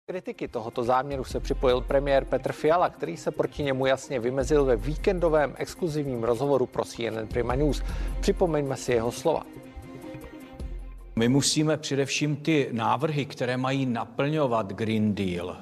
Kritiky tohoto záměru se připojil premiér Petr Fiala, který se proti němu jasně vymezil ve víkendovém exkluzivním rozhovoru pro CNN Prima News. Připomeňme si jeho slova. My musíme především ty návrhy, které mají naplňovat Green Deal,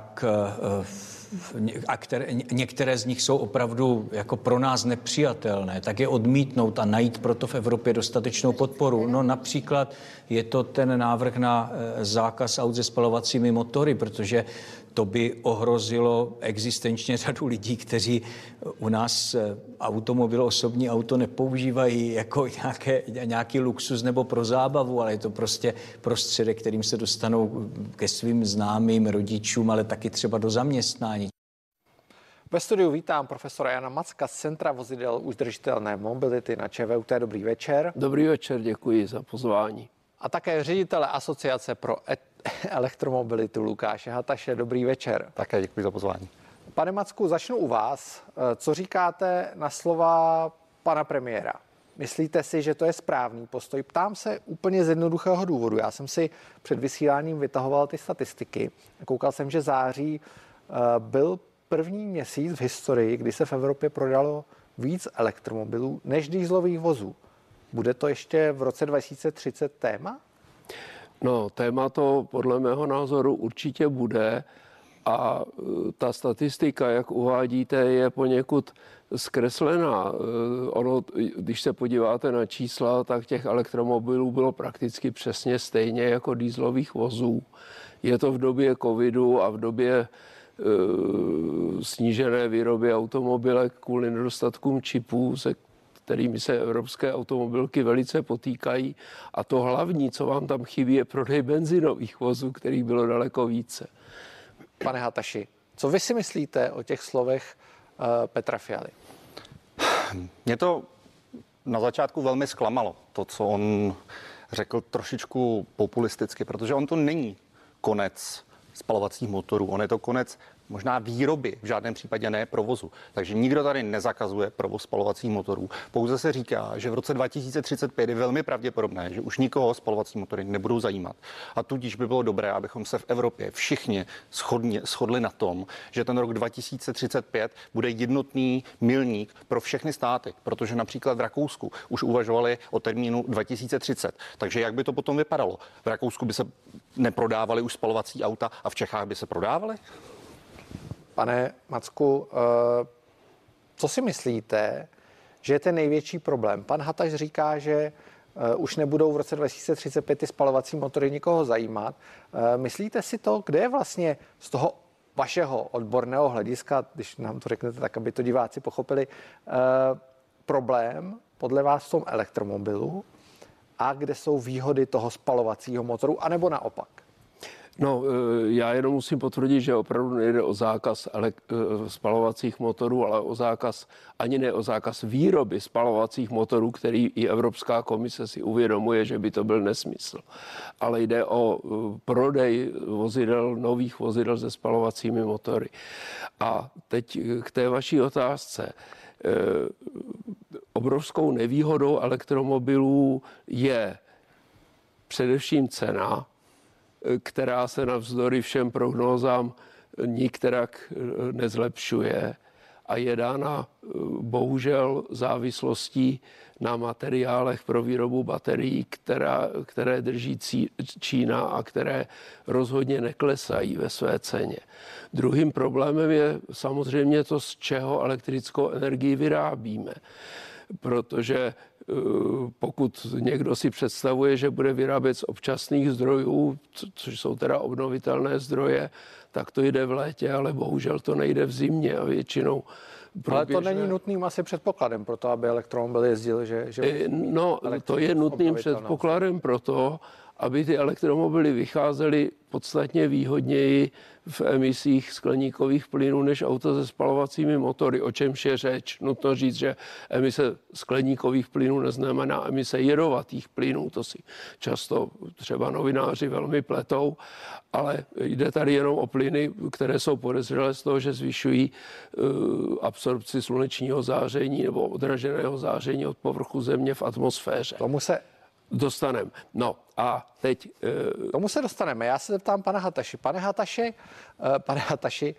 některé z nich jsou opravdu jako pro nás nepřijatelné, tak je odmítnout a najít proto v Evropě dostatečnou podporu. No například je to ten návrh na zákaz aut se spalovacími motory, protože to by ohrozilo existenčně řadu lidí, kteří u nás automobil, osobní auto nepoužívají jako nějaký luxus nebo pro zábavu, ale je to prostě prostředek, kterým se dostanou ke svým známým, rodičům, ale taky třeba do zaměstnání. Ve studiu vítám profesora Jana Macka z Centra vozidel udržitelné mobility na ČVUT. Dobrý večer. Dobrý večer, děkuji za pozvání. A také ředitele Asociace pro elektromobilitu Lukáše Hataše. Dobrý večer. Také děkuji za pozvání. Pane Macku, začnu u vás. Co říkáte na slova pana premiéra? Myslíte si, že to je správný postoj? Ptám se úplně z jednoduchého důvodu. Já jsem si před vysíláním vytahoval ty statistiky. Koukal jsem, že září byl první měsíc v historii, kdy se v Evropě prodalo víc elektromobilů než dieselových vozů. Bude to ještě v roce 2030 téma? No, téma to podle mého názoru určitě bude a ta statistika, jak uvádíte, je poněkud zkreslená. Ono, když se podíváte na čísla, tak těch elektromobilů bylo prakticky přesně stejně jako dieselových vozů. Je to v době covidu a v době snížené výroby automobilek kvůli nedostatkům čipů, se kterými se evropské automobilky velice potýkají. A to hlavní, co vám tam chybí, je prodej benzinových vozů, kterých bylo daleko více. Pane Hataši, co vy si myslíte o těch slovech Petra Fialy? Mě to na začátku velmi zklamalo, to, co on řekl trošičku populisticky, protože on to není konec spalovacích motorů, on je to konec možná výroby, v žádném případě ne provozu. Takže nikdo tady nezakazuje provoz spalovacích motorů. Pouze se říká, že v roce 2035 je velmi pravděpodobné, že už nikoho spalovací motory nebudou zajímat. A tudíž by bylo dobré, abychom se v Evropě všichni shodli na tom, že ten rok 2035 bude jednotný milník pro všechny státy, protože například v Rakousku už uvažovali o termínu 2030. Takže jak by to potom vypadalo? V Rakousku by se neprodávaly už spalovací auta a v Čechách by se prodávaly? Pane Macku, co si myslíte, že je ten největší problém? Pan Hataš říká, že už nebudou v roce 2035 ty spalovací motory nikoho zajímat. Myslíte si to, kde je vlastně z toho vašeho odborného hlediska, když nám to řeknete tak, aby to diváci pochopili, problém podle vás v tom elektromobilu a kde jsou výhody toho spalovacího motoru, anebo naopak? No, já jenom musím potvrdit, že opravdu nejde o zákaz spalovacích motorů, ale ani ne o zákaz výroby spalovacích motorů, který i Evropská komise si uvědomuje, že by to byl nesmysl. Ale jde o prodej nových vozidel se spalovacími motory. A teď k té vaší otázce. Obrovskou nevýhodou elektromobilů je především cena, která se navzdory všem prognózám nikterak nezlepšuje a je dána bohužel závislostí na materiálech pro výrobu baterií, které drží Čína a které rozhodně neklesají ve své ceně. Druhým problémem je samozřejmě to, z čeho elektrickou energii vyrábíme. Protože pokud někdo si představuje, že bude vyrábět z občasných zdrojů, což jsou teda obnovitelné zdroje, tak to jde v létě, ale bohužel to nejde v zimě a většinou Ale to není nutným asi předpokladem pro to, aby elektromobil jezdil, že No, to je nutným předpokladem pro to, aby ty elektromobily vycházely podstatně výhodněji v emisích skleníkových plynů než auta se spalovacími motory, o čemž je řeč. Nutno říct, že emise skleníkových plynů neznamená emise jedovatých plynů, to si často třeba novináři velmi pletou, ale jde tady jenom o plyny, které jsou podezřelé z toho, že zvyšují absorpci slunečního záření nebo odraženého záření od povrchu země v atmosféře. Dostaneme. No a teď... Tomu se dostaneme. Já se zeptám pana Hataši. Pane Hataši,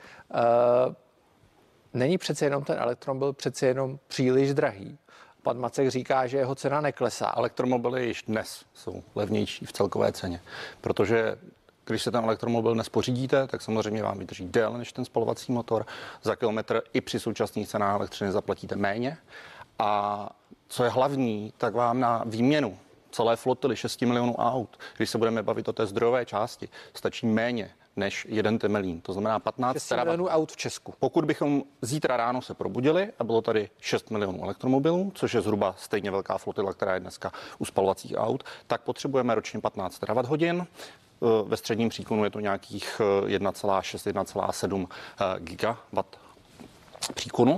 není přece jenom ten elektromobil přece jenom příliš drahý. Pan Macek říká, že jeho cena neklesá. Elektromobily již dnes jsou levnější v celkové ceně, protože když se ten elektromobil dnes pořídíte, tak samozřejmě vám vydrží déle než ten spalovací motor. Za kilometr i při současných cenách elektřiny zaplatíte méně. A co je hlavní, tak vám na výměnu celé flotily 6 milionů aut, když se budeme bavit o té zdrojové části, stačí méně než jeden Temelín. To znamená 15 6 milionů aut v Česku. Pokud bychom zítra ráno se probudili a bylo tady 6 milionů elektromobilů, což je zhruba stejně velká flotila, která je dneska u spalovacích aut, tak potřebujeme ročně 15 terawatt-hodin. Ve středním příkonu je to nějakých 1,6-1,7 gigawatt příkonu.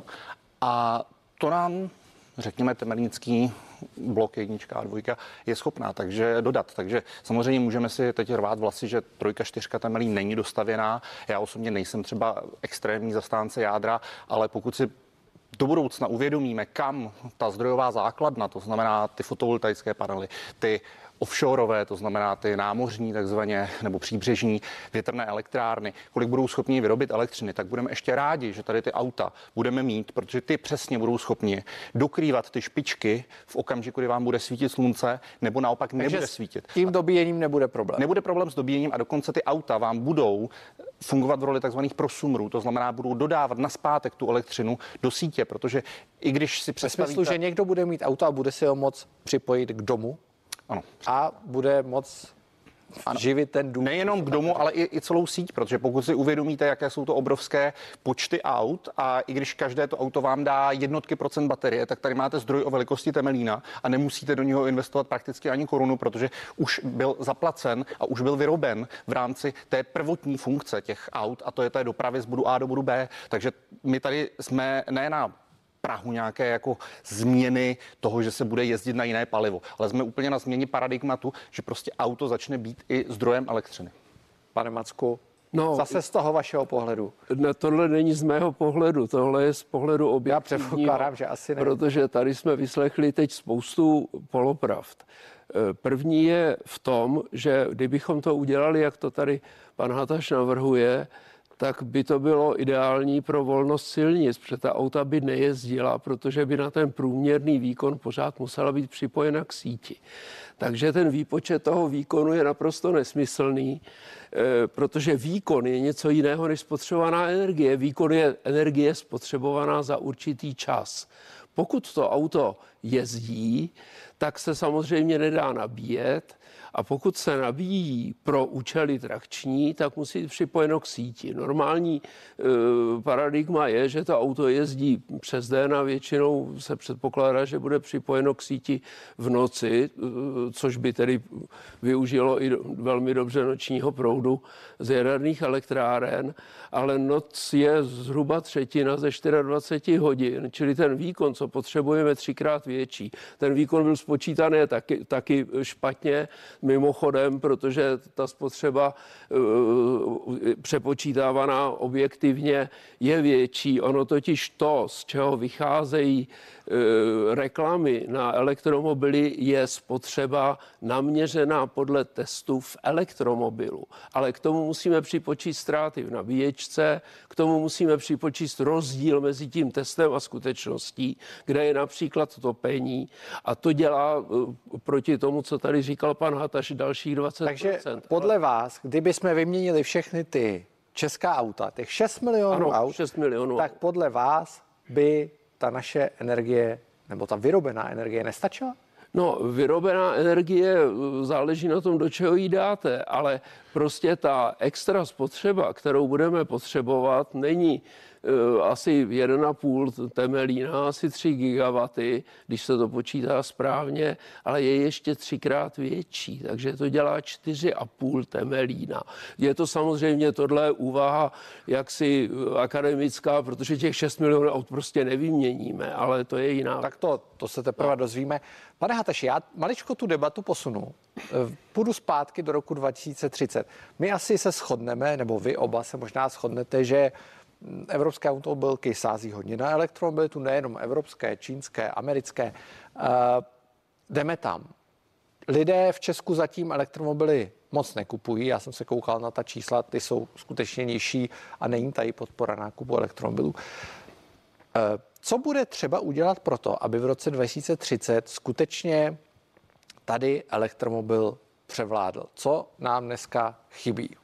A to nám, řekněme, temelínský blok 1 a 2 je schopná dodat. Takže samozřejmě můžeme si teď rvát vlasy, že 3, 4 Temelín není dostavěná. Já osobně nejsem třeba extrémní zastánce jádra, ale pokud si do budoucna uvědomíme, kam ta zdrojová základna, to znamená ty fotovoltaické panely, ty offshoreové, to znamená ty námořní takzvaně nebo příbřežní větrné elektrárny, kolik budou schopni vyrobit elektřiny, tak budeme ještě rádi, že tady ty auta budeme mít, protože ty přesně budou schopni dokrývat ty špičky v okamžiku, kdy vám bude svítit slunce, nebo naopak nebude svítit. Tím dobíjením nebude problém. Nebude problém s dobíjením a dokonce ty auta vám budou fungovat v roli takzvaných prosumrů, to znamená, budou dodávat nazpátek tu elektřinu do sítě, protože i když si představíte... V smyslu, že někdo bude mít auto a bude si ho moct připojit k domu, ano. A bude moc živit ten dům. Nejenom k domu, ale i celou síť, protože pokud si uvědomíte, jaké jsou to obrovské počty aut a i když každé to auto vám dá jednotky procent baterie, tak tady máte zdroj o velikosti Temelína a nemusíte do něho investovat prakticky ani korunu, protože už byl zaplacen a už byl vyroben v rámci té prvotní funkce těch aut a to je té dopravy z bodu A do bodu B. Takže my tady jsme ne na prahu nějaké jako změny toho, že se bude jezdit na jiné palivo. Ale jsme úplně na změně paradigmatu, že prostě auto začne být i zdrojem elektřiny. Pane Macku, zase z toho vašeho pohledu. Ne, tohle není z mého pohledu, tohle je z pohledu objektivního. Já předpokládám, že asi ne. Protože tady jsme vyslechli teď spoustu polopravd. První je v tom, že kdybychom to udělali, jak to tady pan Hataš navrhuje, tak by to bylo ideální pro volnost silnic, protože ta auta by nejezdila, protože by na ten průměrný výkon pořád musela být připojena k síti. Takže ten výpočet toho výkonu je naprosto nesmyslný, protože výkon je něco jiného než spotřebovaná energie. Výkon je energie spotřebovaná za určitý čas. Pokud to auto jezdí, tak se samozřejmě nedá nabíjet, a pokud se nabíjí pro účely trakční, tak musí být připojeno k síti. Normální paradigma je, že to auto jezdí přes den a většinou se předpokládá, že bude připojeno k síti v noci, což by tedy využilo i velmi dobře nočního proudu z jaderných elektráren, ale noc je zhruba třetina ze 24 hodin, čili ten výkon, co potřebujeme, 3x větší. Ten výkon byl spočítaný taky špatně, mimochodem, protože ta spotřeba přepočítávaná objektivně je větší. Ono totiž to, z čeho vycházejí reklamy na elektromobily, je spotřeba naměřená podle testů v elektromobilu. Ale k tomu musíme připočíst ztráty v nabíječce, k tomu musíme připočíst rozdíl mezi tím testem a skutečností, kde je například topení a to dělá proti tomu, co tady říkal pan Hataš, dalších 20%. Takže podle vás, kdyby jsme vyměnili všechny ty česká auta, těch 6 milionů aut, 6 milionů tak podle vás by ta naše energie, nebo ta vyrobená energie nestačila? No, vyrobená energie záleží na tom, do čeho jí dáte, ale prostě ta extra spotřeba, kterou budeme potřebovat, není asi 1,5 Temelína, asi 3 gigawaty, když se to počítá správně, ale je ještě 3x větší, takže to dělá 4,5 Temelína. Je to samozřejmě tohle úvaha jaksi akademická, protože těch 6 milionů aut prostě nevyměníme, ale to je jiná. Tak to se teprve dozvíme. Pane Hataši, já maličko tu debatu posunu. Půjdu zpátky do roku 2030. My asi se shodneme, nebo vy oba se možná shodnete, že evropské automobilky sází hodně na elektromobilitu, nejenom evropské, čínské, americké. Jdeme tam. lidé v Česku zatím elektromobily moc nekupují. Já jsem se koukal na ta čísla, ty jsou skutečně nižší a není tady podpora nákupu elektromobilů. Co bude třeba udělat pro to, aby v roce 2030 skutečně tady elektromobil převládl? Co nám dneska chybí?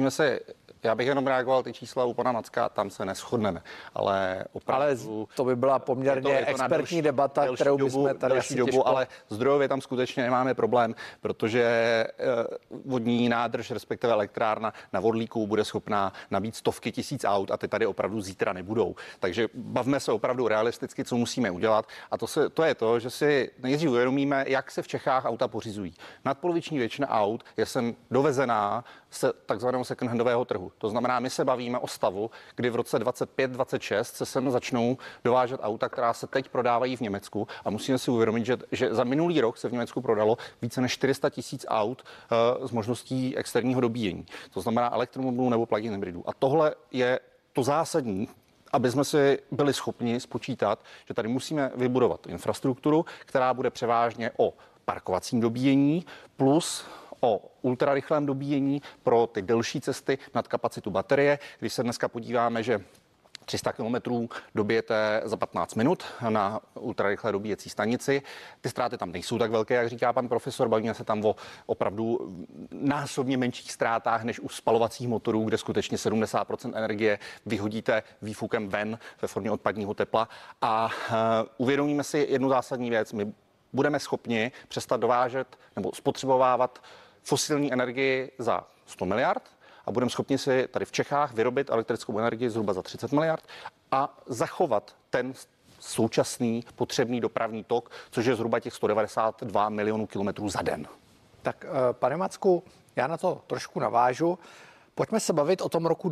Já bych jenom reagoval ty čísla u pana Macka, tam se neshodneme, ale opravdu... Ale to by byla poměrně expertní debata, kterou bychom tady asi těžko... Ale zdrojově tam skutečně nemáme problém, protože vodní nádrž, respektive elektrárna na Vodlíku bude schopná nabít stovky tisíc aut a ty tady opravdu zítra nebudou. Takže bavme se opravdu realisticky, co musíme udělat, a to je to, že si nejdřív uvědomíme, jak se v Čechách auta pořizují. Nadpoloviční většina aut je sem dovezená z takzvaného second-handového trhu. To znamená, my se bavíme o stavu, kdy v roce 25-26 se sem začnou dovážet auta, která se teď prodávají v Německu, a musíme si uvědomit, že za minulý rok se v Německu prodalo více než 400 tisíc aut s možností externího dobíjení. To znamená elektromobilů nebo plug-in hybridů. A tohle je to zásadní, aby jsme si byli schopni spočítat, že tady musíme vybudovat infrastrukturu, která bude převážně o parkovacím dobíjení plus o ultrarychlém dobíjení pro ty delší cesty nad kapacitu baterie. Když se dneska podíváme, že 300 kilometrů dobijete za 15 minut na ultrarychlé dobíjecí stanici. Ty ztráty tam nejsou tak velké, jak říká pan profesor. Bavíme se tam o opravdu násobně menších ztrátách než u spalovacích motorů, kde skutečně 70% energie vyhodíte výfukem ven ve formě odpadního tepla. A uvědomíme si jednu zásadní věc. My budeme schopni přestat dovážet nebo spotřebovávat fosilní energii za 100 miliard a budeme schopni si tady v Čechách vyrobit elektrickou energii zhruba za 30 miliard a zachovat ten současný potřebný dopravní tok, což je zhruba těch 192 milionů kilometrů za den. Tak, pane Macku, já na to trošku navážu. Pojďme se bavit o tom roku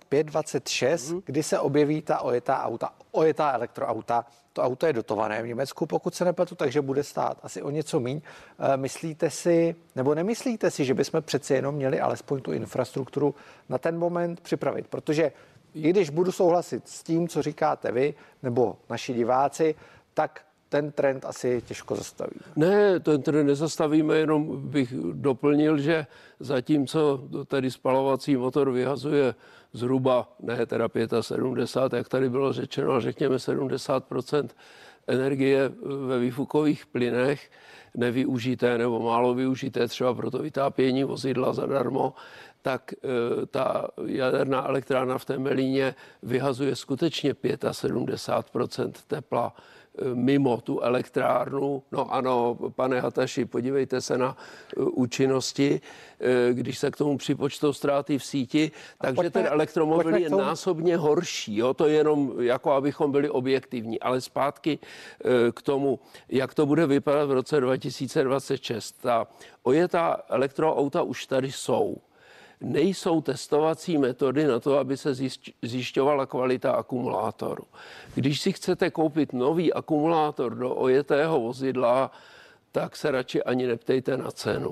25-26, kdy se objeví ta ojetá elektroauta. To auto je dotované v Německu, pokud se nepletu, takže bude stát asi o něco míň. Myslíte si, nebo nemyslíte si, že bychom přeci jenom měli alespoň tu infrastrukturu na ten moment připravit? Protože i když budu souhlasit s tím, co říkáte vy, nebo naši diváci, tak ten trend asi těžko zastavíme. Ne, ten trend nezastavíme, jenom bych doplnil, že zatímco tady spalovací motor vyhazuje zhruba, ne teda 75, jak tady bylo řečeno, ale řekněme 70% energie ve výfukových plynech, nevyužité nebo málo využité třeba pro to vytápění vozidla zadarmo, tak ta jaderná elektrárna v Temelíně vyhazuje skutečně 75% tepla mimo tu elektrárnu. No ano, pane Hataši, podívejte se na účinnosti, když se k tomu připočtou ztráty v síti, takže ten elektromobil je násobně horší. Jo? To je jenom jako abychom byli objektivní. Ale zpátky k tomu, jak to bude vypadat v roce 2026. Ta ojetá elektroauta už tady jsou. Nejsou testovací metody na to, aby se zjišťovala kvalita akumulátoru. Když si chcete koupit nový akumulátor do ojetého vozidla, tak se radši ani neptejte na cenu.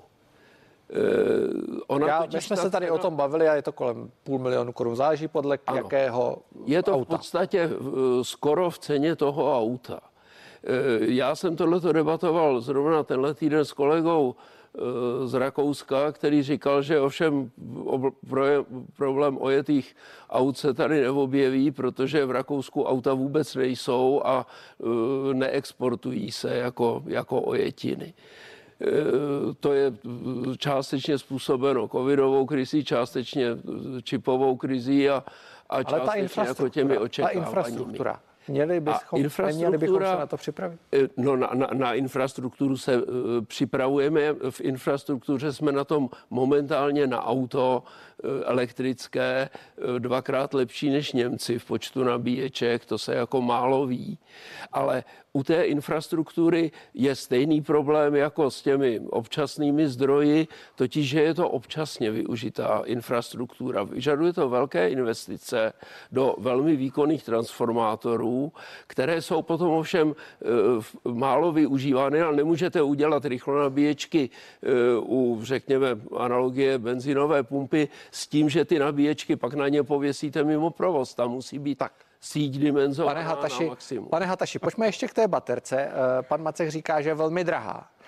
My jsme se tady o tom bavili a je to kolem 500 000 korun. Záleží podle jakého je to auta. V podstatě skoro v ceně toho auta. Já jsem tohleto debatoval zrovna tenhle týden s kolegou z Rakouska, který říkal, že ovšem problém ojetých aut se tady neobjeví, protože v Rakousku auta vůbec nejsou a neexportují se jako ojetiny. To je částečně způsobeno covidovou krizí, částečně čipovou krizí a částečně jako těmi očekáváními. Ta infrastruktura. Neměli bychom se na to připravit? No, na infrastrukturu se připravujeme. V infrastruktuře jsme na tom momentálně na auto elektrické 2krát lepší než Němci v počtu nabíječek, to se jako málo ví. Ale u té infrastruktury je stejný problém jako s těmi občasnými zdroji, totiž, že je to občasně využitá infrastruktura. Vyžaduje to velké investice do velmi výkonných transformátorů, které jsou potom ovšem málo využívány, ale nemůžete udělat rychlonabíječky u, řekněme, analogie benzínové pumpy s tím, že ty nabíječky pak na ně pověsíte mimo provoz. Tam musí být tak síť dimenzovaná na maximum. Pane Hataši, pojďme ještě k té baterce. Pan Macek říká, že je velmi drahá.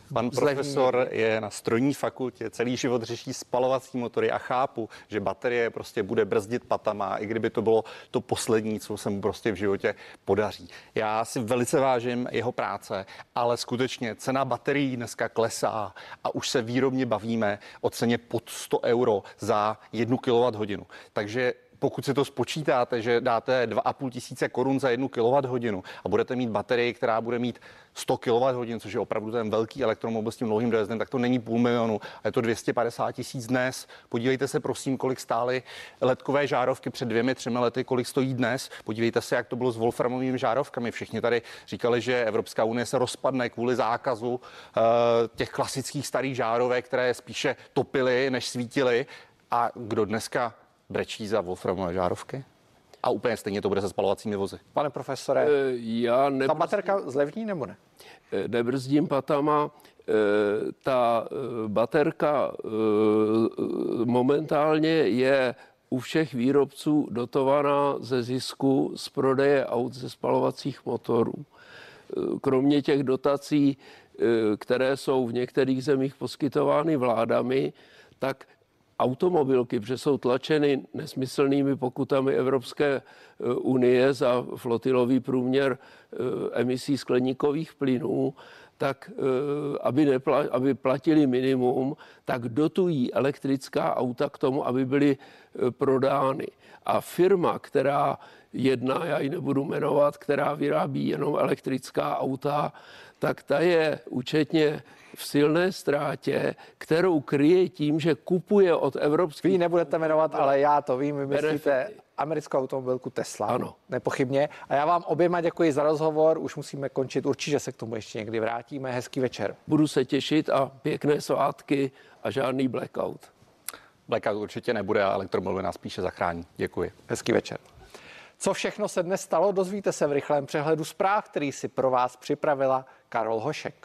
Pan profesor je na strojní fakultě, celý život řeší spalovací motory a chápu, že baterie prostě bude brzdit patama, i kdyby to bylo to poslední, co se mu prostě v životě podaří. Já si velice vážím jeho práce, ale skutečně cena baterií dneska klesá a už se výrobně bavíme o ceně pod 100 euro za 1 kWh. Takže pokud si to spočítáte, že dáte 2 500 korun za 1 kWh a budete mít baterii, která bude mít 100 kWh, což je opravdu ten velký elektromobil s tím dlouhým dojezdem, tak to není 500 000 a je to 250 000 dnes. Podívejte se prosím, kolik stály ledkové žárovky před 2-3 lety, kolik stojí dnes. Podívejte se, jak to bylo s wolframovými žárovkami. Všichni tady říkali, že Evropská unie se rozpadne kvůli zákazu těch klasických starých žárovek, které spíše topily, než svítily. A kdo dneska brečí za wolframové žárovky? A úplně stejně to bude se spalovacími vozy. Pane profesore, ta baterka zlevní nebo ne? Nebrzdím patama. Ta baterka momentálně je u všech výrobců dotovaná ze zisku z prodeje aut ze spalovacích motorů. Kromě těch dotací, které jsou v některých zemích poskytovány vládami, tak automobilky, protože jsou tlačeny nesmyslnými pokutami Evropské unie za flotilový průměr emisí skleníkových plynů, tak aby platili minimum, tak dotují elektrická auta k tomu, aby byly prodány. A firma, která jedna, já ji nebudu jmenovat, která vyrábí jenom elektrická auta, tak ta je účetně v silné ztrátě, kterou kryje tím, že kupuje od evropských... Vy nebudete jmenovat, ale já to vím, vy myslíte americkou automobilku Tesla. Ano. Nepochybně. A já vám oběma děkuji za rozhovor, už musíme končit, určitě se k tomu ještě někdy vrátíme. Hezký večer. Budu se těšit a pěkné svátky a žádný blackout. Blackout určitě nebude a elektromobily nás spíše zachrání. Děkuji. Hezký večer. Co všechno se dnes stalo, dozvíte se v rychlém přehledu zpráv, který si pro vás připravila Karol Hošek.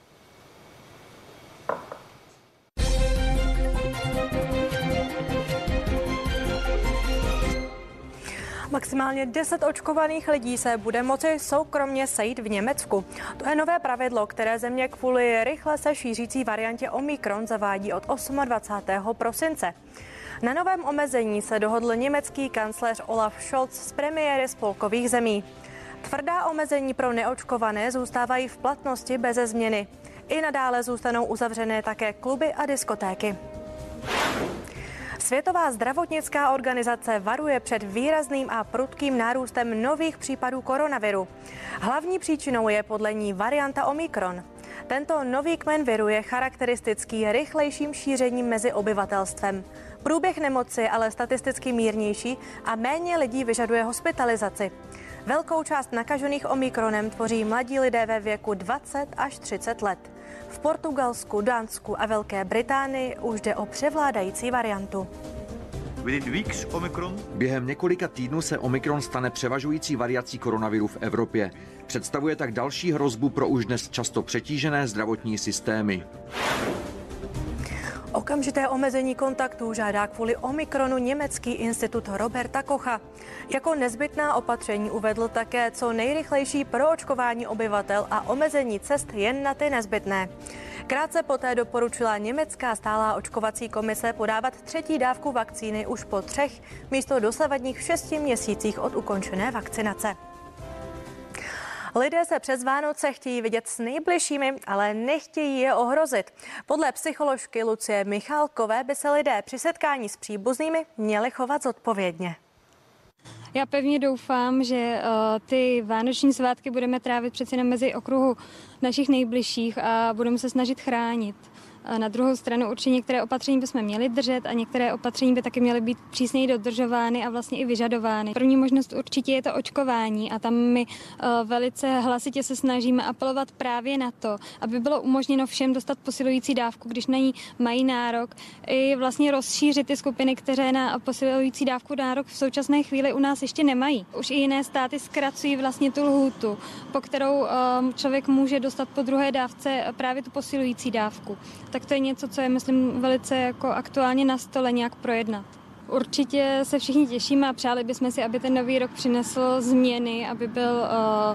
Maximálně 10 očkovaných lidí se bude moci soukromně sejít v Německu. To je nové pravidlo, které země kvůli rychle se šířící variantě Omikron zavádí od 28. prosince. Na novém omezení se dohodl německý kancléř Olaf Scholz s premiéry spolkových zemí. Tvrdá omezení pro neočkované zůstávají v platnosti beze změny. I nadále zůstanou uzavřené také kluby a diskotéky. Světová zdravotnická organizace varuje před výrazným a prudkým nárůstem nových případů koronaviru. Hlavní příčinou je podle ní varianta Omikron. Tento nový kmen viru je charakteristický rychlejším šířením mezi obyvatelstvem. Průběh nemoci je ale statisticky mírnější a méně lidí vyžaduje hospitalizaci. Velkou část nakažených Omikronem tvoří mladí lidé ve věku 20 až 30 let. V Portugalsku, Dánsku a Velké Británii už jde o převládající variantu. Během několika týdnů se Omikron stane převažující variací koronaviru v Evropě. Představuje tak další hrozbu pro už dnes často přetížené zdravotní systémy. Okamžité omezení kontaktů žádá kvůli Omikronu německý institut Roberta Kocha. Jako nezbytná opatření uvedl také co nejrychlejší proočkování obyvatel a omezení cest jen na ty nezbytné. Krátce poté doporučila německá stálá očkovací komise podávat 3. dávku vakcíny už po 3 místo dosavadních 6 měsících od ukončené vakcinace. Lidé se přes Vánoce chtějí vidět s nejbližšími, ale nechtějí je ohrozit. Podle psycholožky Lucie Michálkové by se lidé při setkání s příbuznými měli chovat zodpovědně. Já pevně doufám, že ty vánoční svátky budeme trávit přeci jen mezi okruhu našich nejbližších a budeme se snažit chránit. A na druhou stranu určitě některé opatření bychom měli držet a některé opatření by taky měly být přísněji dodržovány a vlastně i vyžadovány. První možnost určitě je to očkování a tam my velice hlasitě se snažíme apelovat právě na to, aby bylo umožněno všem dostat posilující dávku, když na ní mají nárok, i vlastně rozšířit ty skupiny, které na posilující dávku nárok v současné chvíli u nás ještě nemají. Už i jiné státy zkracují vlastně tu lhůtu, po kterou člověk může dostat po druhé dávce právě tu posilující dávku. Tak to je něco, co je, myslím, velice jako aktuálně na stole nějak projednat. Určitě se všichni těšíme a přáli bychom si, aby ten nový rok přinesl změny, aby byl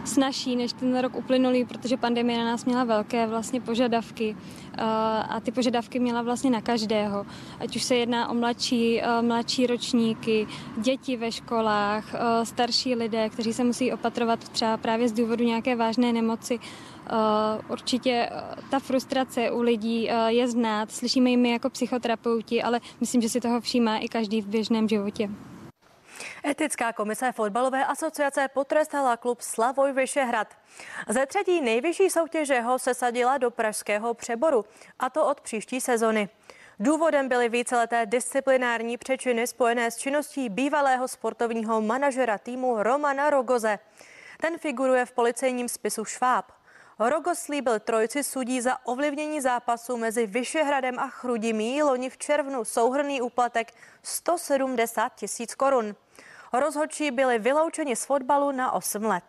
snazší než ten rok uplynulý, protože pandemie na nás měla velké vlastně požadavky a ty požadavky měla vlastně na každého. Ať už se jedná o mladší ročníky, děti ve školách, starší lidé, kteří se musí opatrovat třeba právě z důvodu nějaké vážné nemoci. Určitě ta frustrace u lidí je znát, slyšíme ji my jako psychoterapeuti, ale myslím, že si toho všímá i každý v běžném životě. Etická komise fotbalové asociace potrestala klub Slavoj Vyšehrad. Ze třetí nejvyšší soutěže ho sesadila do pražského Přeboru, a to od příští sezony. Důvodem byly víceleté disciplinární přečiny spojené s činností bývalého sportovního manažera týmu Romana Rogoze. Ten figuruje v policejním spisu Šváb. Rogoz slíbil trojici sudí za ovlivnění zápasu mezi Vyšehradem a Chrudimí loni v červnu souhrnný úplatek 170 000 korun. Rozhodčí byli vyloučeni z fotbalu na 8 let.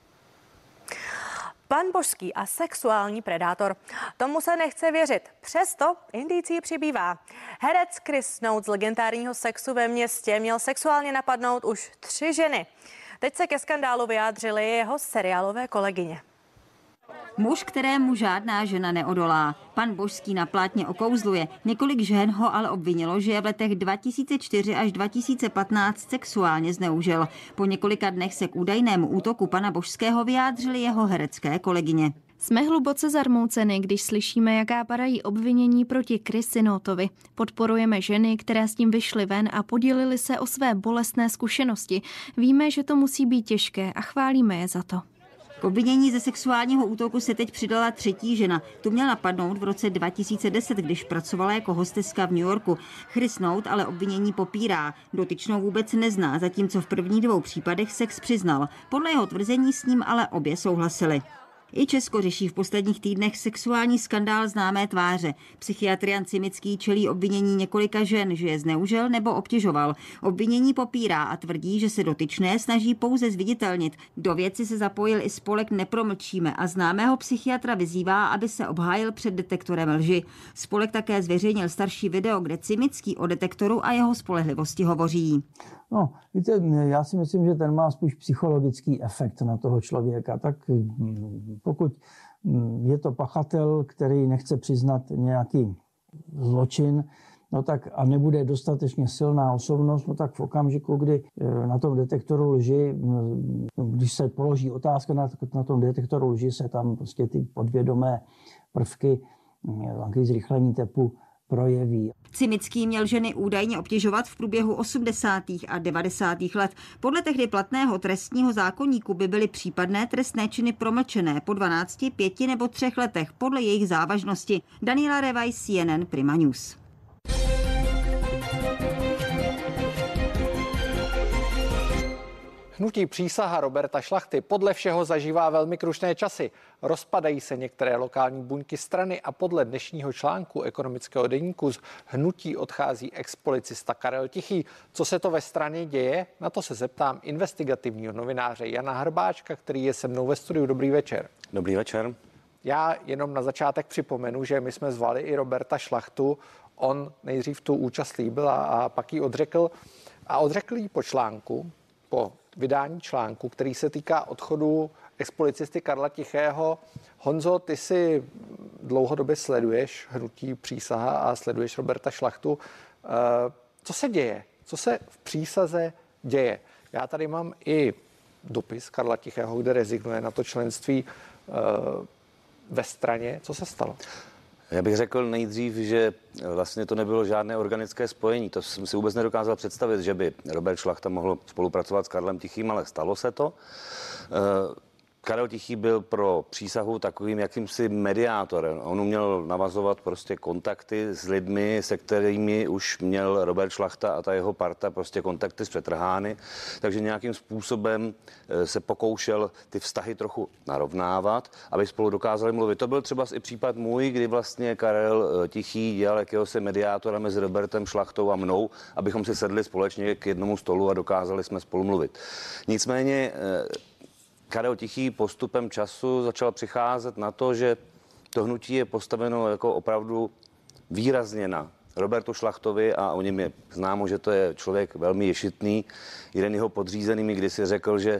Pan Božský a sexuální predátor. Tomu se nechce věřit. Přesto indicí přibývá. Herec Chris Snout z legendárního Sexu ve městě měl sexuálně napadnout už 3 ženy. Teď se ke skandálu vyjádřily jeho seriálové kolegyně. Muž, kterému žádná žena neodolá. Pan Božský na plátně okouzluje. Několik žen ho ale obvinilo, že je v letech 2004 až 2015 sexuálně zneužil. Po několika dnech se k údajnému útoku pana Božského vyjádřily jeho herecké kolegyně. Jsme hluboce zarmouceni, když slyšíme, jaká padají obvinění proti Chrisi Noutovi. Podporujeme ženy, které s tím vyšly ven a podělily se o své bolestné zkušenosti. Víme, že to musí být těžké a chválíme je za to. K obvinění ze sexuálního útoku se teď přidala třetí žena. Tu měla napadnout v roce 2010, když pracovala jako hosteska v New Yorku. Chris Snout ale obvinění popírá. Dotyčnou vůbec nezná, zatímco v prvních 2 případech sex přiznal. Podle jeho tvrzení s ním ale obě souhlasily. I Česko řeší v posledních týdnech sexuální skandál známé tváře. Psychiatr Jan Cimický čelí obvinění několika žen, že je zneužil nebo obtěžoval. Obvinění popírá a tvrdí, že se dotyčné snaží pouze zviditelnit. Do věci se zapojil i spolek Nepromlčíme a známého psychiatra vyzývá, aby se obhájil před detektorem lži. Spolek také zveřejnil starší video, kde Cimický o detektoru a jeho spolehlivosti hovoří. No, víte, já si myslím, že ten má spíš psychologický efekt na toho člověka. Tak pokud je to pachatel, který nechce přiznat nějaký zločin, no tak a nebude dostatečně silná osobnost, no tak v okamžiku, kdy na tom detektoru lži, když se položí otázka na tom detektoru lži, se tam prostě ty podvědomé prvky, nějaké zrychlení tepu projeví. Cimický měl ženy údajně obtěžovat v průběhu 80. a 90. let. Podle tehdy platného trestního zákoníku by byly případné trestné činy promlčené po 12, 5 nebo 3 letech podle jejich závažnosti. Daniela Revaj, CNN Prima News. Hnutí Přísaha Roberta Šlachty podle všeho zažívá velmi krušné časy. Rozpadají se některé lokální buňky strany a podle dnešního článku Ekonomického deníku z hnutí odchází expolicista Karel Tichý. Co se to ve straně děje? Na to se zeptám investigativního novináře Jana Hrbáčka, který je se mnou ve studiu. Dobrý večer. Dobrý večer. Já jenom na začátek připomenu, že my jsme zvali i Roberta Šlachtu. On nejdřív tu účast slíbil a pak ji odřekl. A odřekl ji po článku, po vydání článku, který se týká odchodu expolicisty Karla Tichého. Honzo, ty si dlouhodobě sleduješ hnutí Přísaha a sleduješ Roberta Šlachtu. Co se děje? Co se v Přísaze děje? Já tady mám i dopis Karla Tichého, kde rezignuje na to členství ve straně. Co se stalo? Já bych řekl nejdřív, že vlastně to nebylo žádné organické spojení. To jsem si vůbec nedokázal představit, že by Robert Šlachta mohl spolupracovat s Karlem Tichým, ale stalo se to. Karel Tichý byl pro Přísahu takovým jakýmsi mediátorem. On uměl navazovat prostě kontakty s lidmi, se kterými už měl Robert Šlachta a ta jeho parta prostě kontakty zpřetrhány. Takže nějakým způsobem se pokoušel ty vztahy trochu narovnávat, aby spolu dokázali mluvit. To byl třeba i případ můj, kdy vlastně Karel Tichý dělal jakéhosi mediátora mezi Robertem Šlachtou a mnou, abychom si sedli společně k jednomu stolu a dokázali jsme spolu mluvit. Nicméně Karel Tichý postupem času začal přicházet na to, že to hnutí je postaveno jako opravdu výrazně na Robertu Šlachtovi a o něm je známo, že to je člověk velmi ješitný. Jeden jeho podřízený mi kdysi řekl, že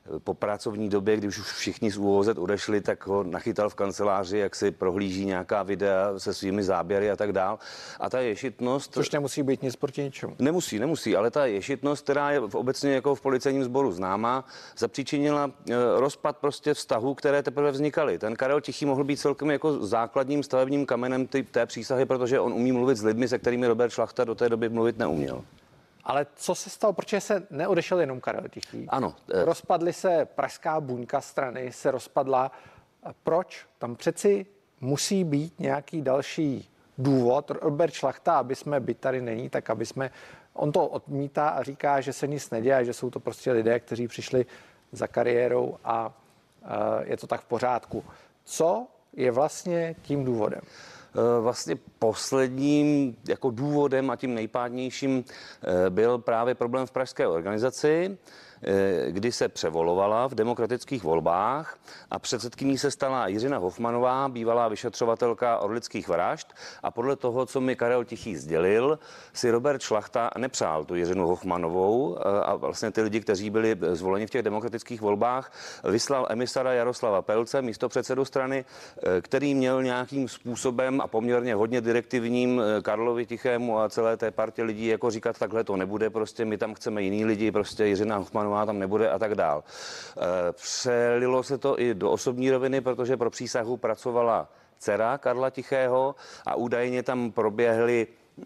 po pracovní době, když už všichni z ÚOZ odešli, tak ho nachytal v kanceláři, jak si prohlíží nějaká videa se svými záběry a tak dál. A ta ješitnost... Což nemusí být nic proti ničemu. Nemusí, ale ta ješitnost, která je obecně jako v policejním sboru známá, zapříčinila rozpad prostě vztahů, které teprve vznikaly. Ten Karel Tichý mohl být celkem jako základním stavebním kamenem té přísahy, protože on umí mluvit s lidmi, se kterými Robert Šlachta do té doby mluvit neuměl. Ale co se stalo, protože se neodešel jenom Karel Tichý? Ano. Rozpadly se pražská buňka strany, se rozpadla. Proč? Tam přeci musí být nějaký další důvod. Robert Šlachta, aby jsme, byť tady není, tak aby jsme... On to odmítá a říká, že se nic neděje, že jsou to prostě lidé, kteří přišli za kariérou a je to tak v pořádku. Co je vlastně tím důvodem? Vlastně posledním jako důvodem a tím nejpádnějším byl právě problém v pražské organizaci, kdy se převolovala v demokratických volbách a předsedkyní se stala Jiřina Hofmanová, bývalá vyšetřovatelka orlických vražd, a podle toho, co mi Karel Tichý sdělil, si Robert Šlachta nepřál tu Jiřinu Hofmanovou a vlastně ty lidi, kteří byli zvoleni v těch demokratických volbách, vyslal emisara Jaroslava Pelce, místopředsedu strany, který měl nějakým způsobem a poměrně hodně direktivním Karlovi Tichému a celé té partě lidí jako říkat, takhle to nebude, prostě my tam chceme jiný lidi, prostě Jiřina Hofmanová tam nebude a tak dál. Přelilo se to i do osobní roviny, protože pro přísahu pracovala dcera Karla Tichého a údajně tam proběhly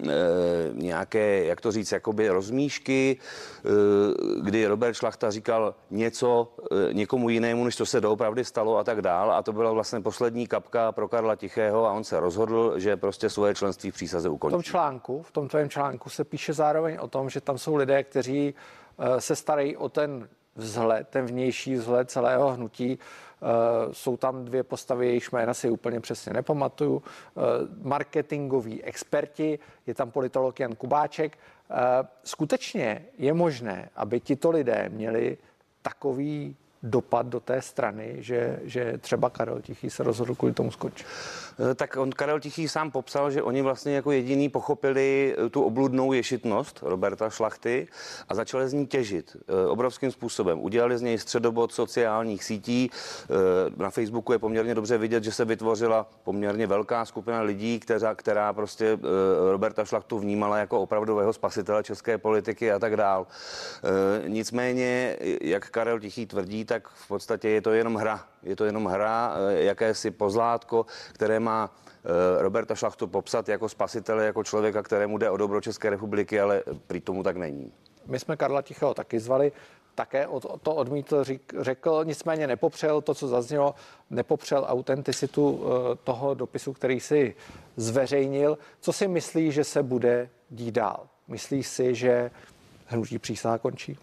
nějaké, jak to říct, jakoby rozmíšky, kdy Robert Šlachta říkal něco někomu jinému, než to se doopravdy stalo a tak dál. A to byla vlastně poslední kapka pro Karla Tichého a on se rozhodl, že prostě svoje členství v přísaze ukončí. V tom tvém článku se píše zároveň o tom, že tam jsou lidé, kteří se starají o ten vzhled, ten vnější vzhled celého hnutí. Jsou tam dvě postavy, jejichž jména si úplně přesně nepamatuju. Marketingoví experti, je tam politolog Jan Kubáček. Skutečně je možné, aby tito lidé měli takový dopad do té strany, že třeba Karel Tichý se rozhodl kvůli tomu skončit? Tak Karel Tichý sám popsal, že oni vlastně jako jediný pochopili tu obludnou ješitnost Roberta Šlachty a začali z ní těžit obrovským způsobem. Udělali z něj středobod sociálních sítí. Na Facebooku je poměrně dobře vidět, že se vytvořila poměrně velká skupina lidí, která prostě Roberta Šlachtu vnímala jako opravdového spasitele české politiky a tak dál. Nicméně, jak Karel Tichý tvrdí, tak v podstatě je to jenom hra. Je to jenom hra, jakési pozlátko, které má Roberta Šlachtu popsat jako spasitele, jako člověka, kterému jde o dobro České republiky, ale prý tomu tak není. My jsme Karla Tichého taky zvali, také to odmítl, řekl, nicméně nepopřel to, co zaznělo, nepopřel autenticitu toho dopisu, který si zveřejnil. Co si myslí, že se bude dít dál? Myslí si, že hnutí přísaha končí?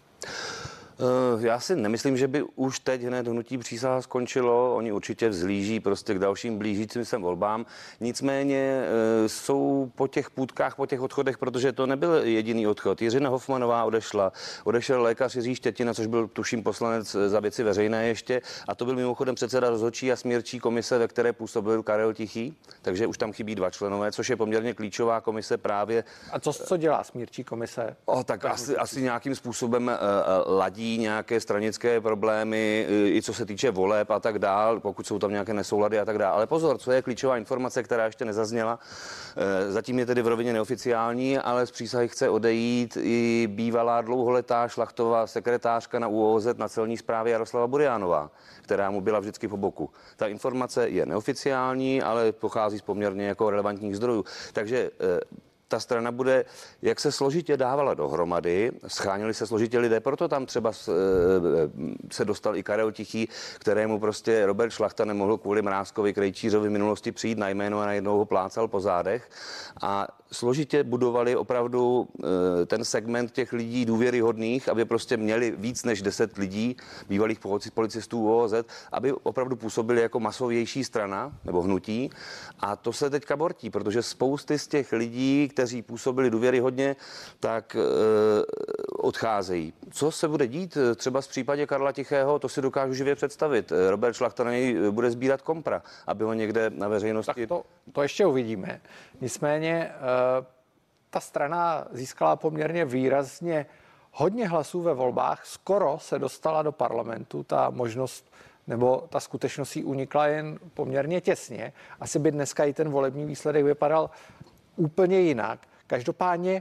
Já si nemyslím, že by už teď hned hnutí přísaha skončilo. Oni určitě vzhlíží prostě k dalším blížícím se volbám. Nicméně jsou po těch půtkách, po těch odchodech, protože to nebyl jediný odchod. Jiřina Hofmanová odešel lékař Jiří Štětina, což byl tuším poslanec za věci veřejné ještě, a to byl mimochodem předseda rozhodčí a smírčí komise, ve které působil Karel Tichý, takže už tam chybí 2 členové, což je poměrně klíčová komise právě. A co dělá smírčí komise? Tak asi nějakým způsobem ladí nějaké stranické problémy, i co se týče voleb a tak dál, pokud jsou tam nějaké nesoulady a tak dál. Ale pozor, co je klíčová informace, která ještě nezazněla, zatím je tedy v rovině neoficiální, ale z přísahy chce odejít i bývalá dlouholetá Šlachtová sekretářka na ÚOZ na celní správě Jaroslava Burianová, která mu byla vždycky po boku. Ta informace je neoficiální, ale pochází z poměrně jako relevantních zdrojů. Takže ta strana bude, jak se složitě dávala dohromady, schánili se složitě lidé, proto tam třeba se dostal i Karel Tichý, kterému prostě Robert Šlachta nemohl kvůli Mrázkovi Krejčířovi v minulosti přijít na jméno a najednou ho plácal po zádech. A složitě budovali opravdu ten segment těch lidí důvěryhodných, aby prostě měli víc než 10 lidí, bývalých policistů ÚOZ, aby opravdu působili jako masovější strana nebo hnutí. A to se teďka bortí, protože spousty z těch lidí, kteří působili důvěryhodně, tak odcházejí. Co se bude dít třeba v případě Karla Tichého, to si dokážu živě představit. Robert Šlachta na něj bude sbírat kompra, aby ho někde na veřejnosti... Tak to ještě uvidíme. Nicméně ta strana získala poměrně výrazně hodně hlasů ve volbách, skoro se dostala do parlamentu, ta možnost nebo ta skutečnost jí unikla jen poměrně těsně. Asi by dneska i ten volební výsledek vypadal úplně jinak. Každopádně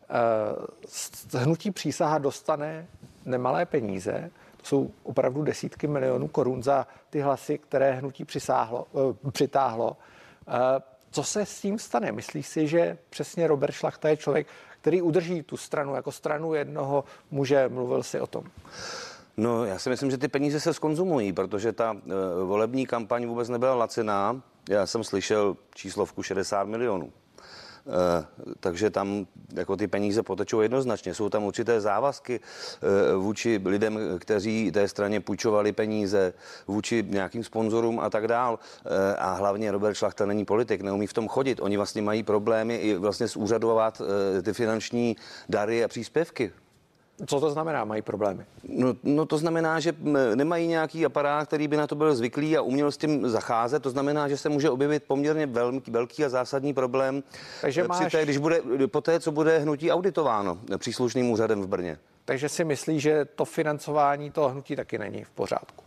hnutí Přísaha dostane nemalé peníze, to jsou opravdu desítky milionů korun za ty hlasy, které hnutí přitáhlo. Co se s tím stane? Myslíš si, že přesně Robert Šlachta je člověk, který udrží tu stranu jako stranu jednoho muže? Mluvil jsi o tom. No, já si myslím, že ty peníze se zkonzumují, protože ta volební kampaň vůbec nebyla laciná. Já jsem slyšel číslovku 60 milionů. Takže tam jako ty peníze potečou jednoznačně. Jsou tam určité závazky vůči lidem, kteří té straně půjčovali peníze, vůči nějakým sponzorům a tak dál. A hlavně Robert Šlachta není politik, neumí v tom chodit. Oni vlastně mají problémy i vlastně zúřadovat ty finanční dary a příspěvky. Co to znamená, mají problémy? No to znamená, že nemají nějaký aparát, který by na to byl zvyklý a uměl s tím zacházet. To znamená, že se může objevit poměrně velký a zásadní problém. Takže když bude, poté, co bude hnutí auditováno příslušným úřadem v Brně. Takže si myslí, že to financování toho hnutí taky není v pořádku?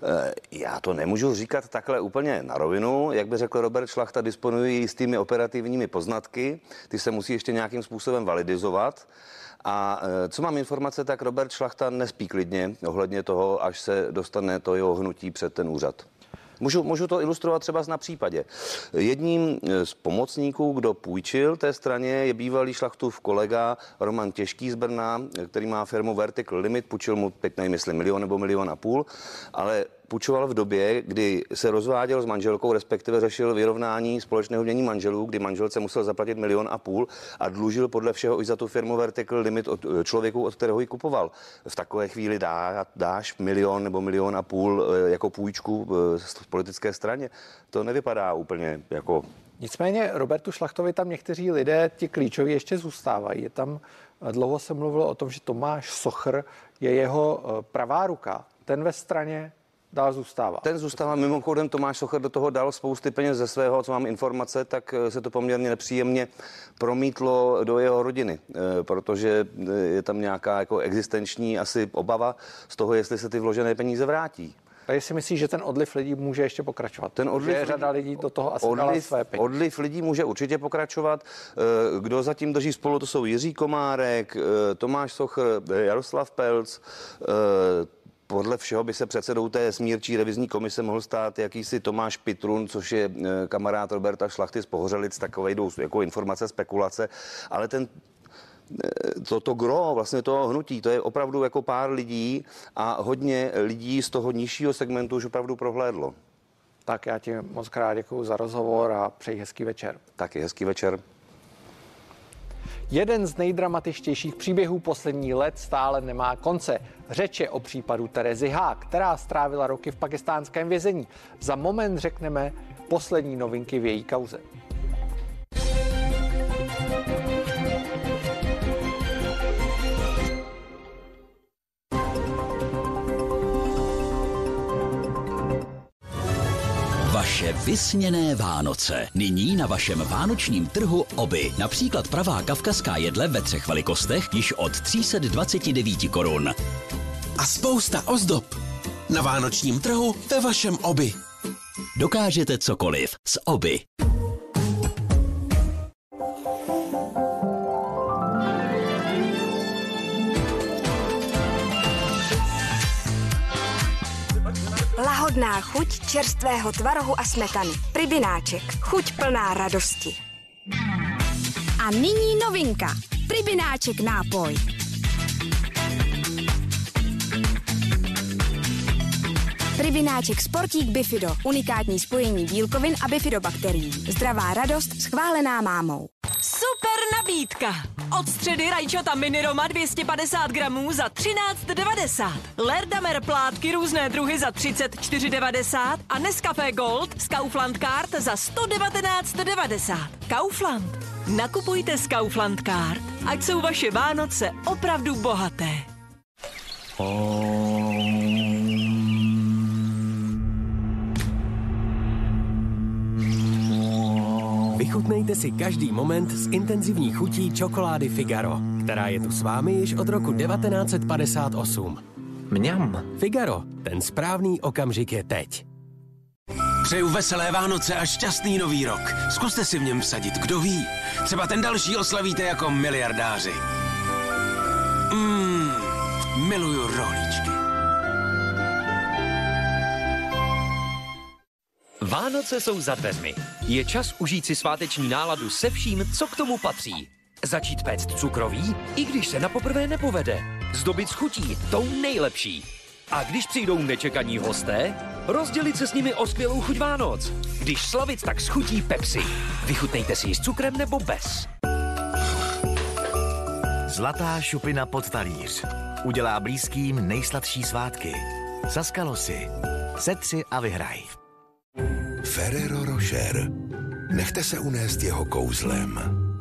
Já to nemůžu říkat takhle úplně na rovinu. Jak by řekl Robert Šlachta, disponují s tými operativními poznatky. Ty se musí ještě nějakým způsobem validizovat. A co mám informace, tak Robert Šlachta nespí klidně ohledně toho, až se dostane to jeho hnutí před ten úřad. Můžu to ilustrovat třeba na případě. Jedním z pomocníků, kdo půjčil té straně, je bývalý Šlachtův kolega Roman Těžký z Brna, který má firmu Vertical Limit, půjčil mu, teď nevím, jestli 1 nebo 1,5 milionu, ale půjčoval v době, kdy se rozváděl s manželkou, respektive řešil vyrovnání společného jmění manželů, kdy manželce musel zaplatit 1,5 milionu a dlužil podle všeho i za tu firmu Vertical Limit od člověku, od kterého ji kupoval. V takové chvíli dáš 1 milion nebo 1,5 milionu jako půjčku z politické straně. To nevypadá úplně jako... Nicméně Robertu Šlachtovi tam někteří lidé, ti klíčoví, ještě zůstávají. Dlouho se mluvilo o tom, že Tomáš Sochr je jeho pravá ruka. Ten ve straně dál zůstává. Ten zůstává. Mimochodem Tomáš Sochr do toho dal spousty peněz ze svého, co mám informace, tak se to poměrně nepříjemně promítlo do jeho rodiny, protože je tam nějaká jako existenční asi obava z toho, jestli se ty vložené peníze vrátí. Takže si myslíš, že ten odliv lidí může ještě pokračovat? Řada lidí do toho asi dala své peníze. Odliv lidí může určitě pokračovat. Kdo zatím drží spolu, to jsou Jiří Komárek, Tomáš Sochr, Jaroslav Pelc. Podle všeho by se předsedou té smírčí revizní komise mohl stát jakýsi Tomáš Pitrun, což je kamarád Roberta Šlachty z Pohořelic, takové jdou jako informace, spekulace, ale to gro vlastně toho hnutí, to je opravdu jako pár lidí a hodně lidí z toho nižšího segmentu už opravdu prohlédlo. Tak já ti moc krát děkuju za rozhovor a přeji hezký večer. Taky hezký večer. Jeden z nejdramatičtějších příběhů posledních let stále nemá konce. Řeč je o případu Terezy H., která strávila roky v pakistánském vězení. Za moment řekneme poslední novinky v její kauze. Vaše vysněné Vánoce. Nyní na vašem vánočním trhu Oby. Například pravá kavkazská jedle ve 3 velikostech již od 329 korun. A spousta ozdob na vánočním trhu ve vašem Oby. Dokážete cokoliv s Oby. Lahodná chuť čerstvého tvarohu a smetany. Pribináček. Chuť plná radosti. A nyní novinka. Pribináček nápoj. Pribináček Sportík Bifido. Unikátní spojení bílkovin a bifidobakterií. Zdravá radost schválená mámou. Super nabídka! Od středy rajčata mini Roma 250 gramů za 13,90. Lerdamer plátky různé druhy za 34,90 a Nescafé Gold z Kaufland Card za 119,90. Kaufland. Nakupujte z Kaufland Card, ať jsou vaše Vánoce opravdu bohaté. Vychutnejte si každý moment s intenzivní chutí čokolády Figaro. která je tu s vámi již od roku 1958. Mňam. Figaro. Ten správný okamžik je teď. Přeju veselé Vánoce a šťastný nový rok. Zkuste si v něm vsadit, kdo ví. Třeba ten další oslavíte jako miliardáři. Miluju rohlíčky. Vánoce jsou za dveřmi. Je čas užít si sváteční náladu se vším, co k tomu patří. Začít péct cukroví, i když se napoprvé nepovede. Zdobit s chutí, tou nejlepší. A když přijdou nečekaní hosté, rozdělit se s nimi o skvělou chuť Vánoc. Když slavit, tak s chutí Pepsi. Vychutnejte si ji s cukrem nebo bez. Zlatá šupina pod talíř. Udělá blízkým nejsladší svátky. Saskalo si. Setři a vyhraj. Ferrero Rocher. Nechte se unést jeho kouzlem.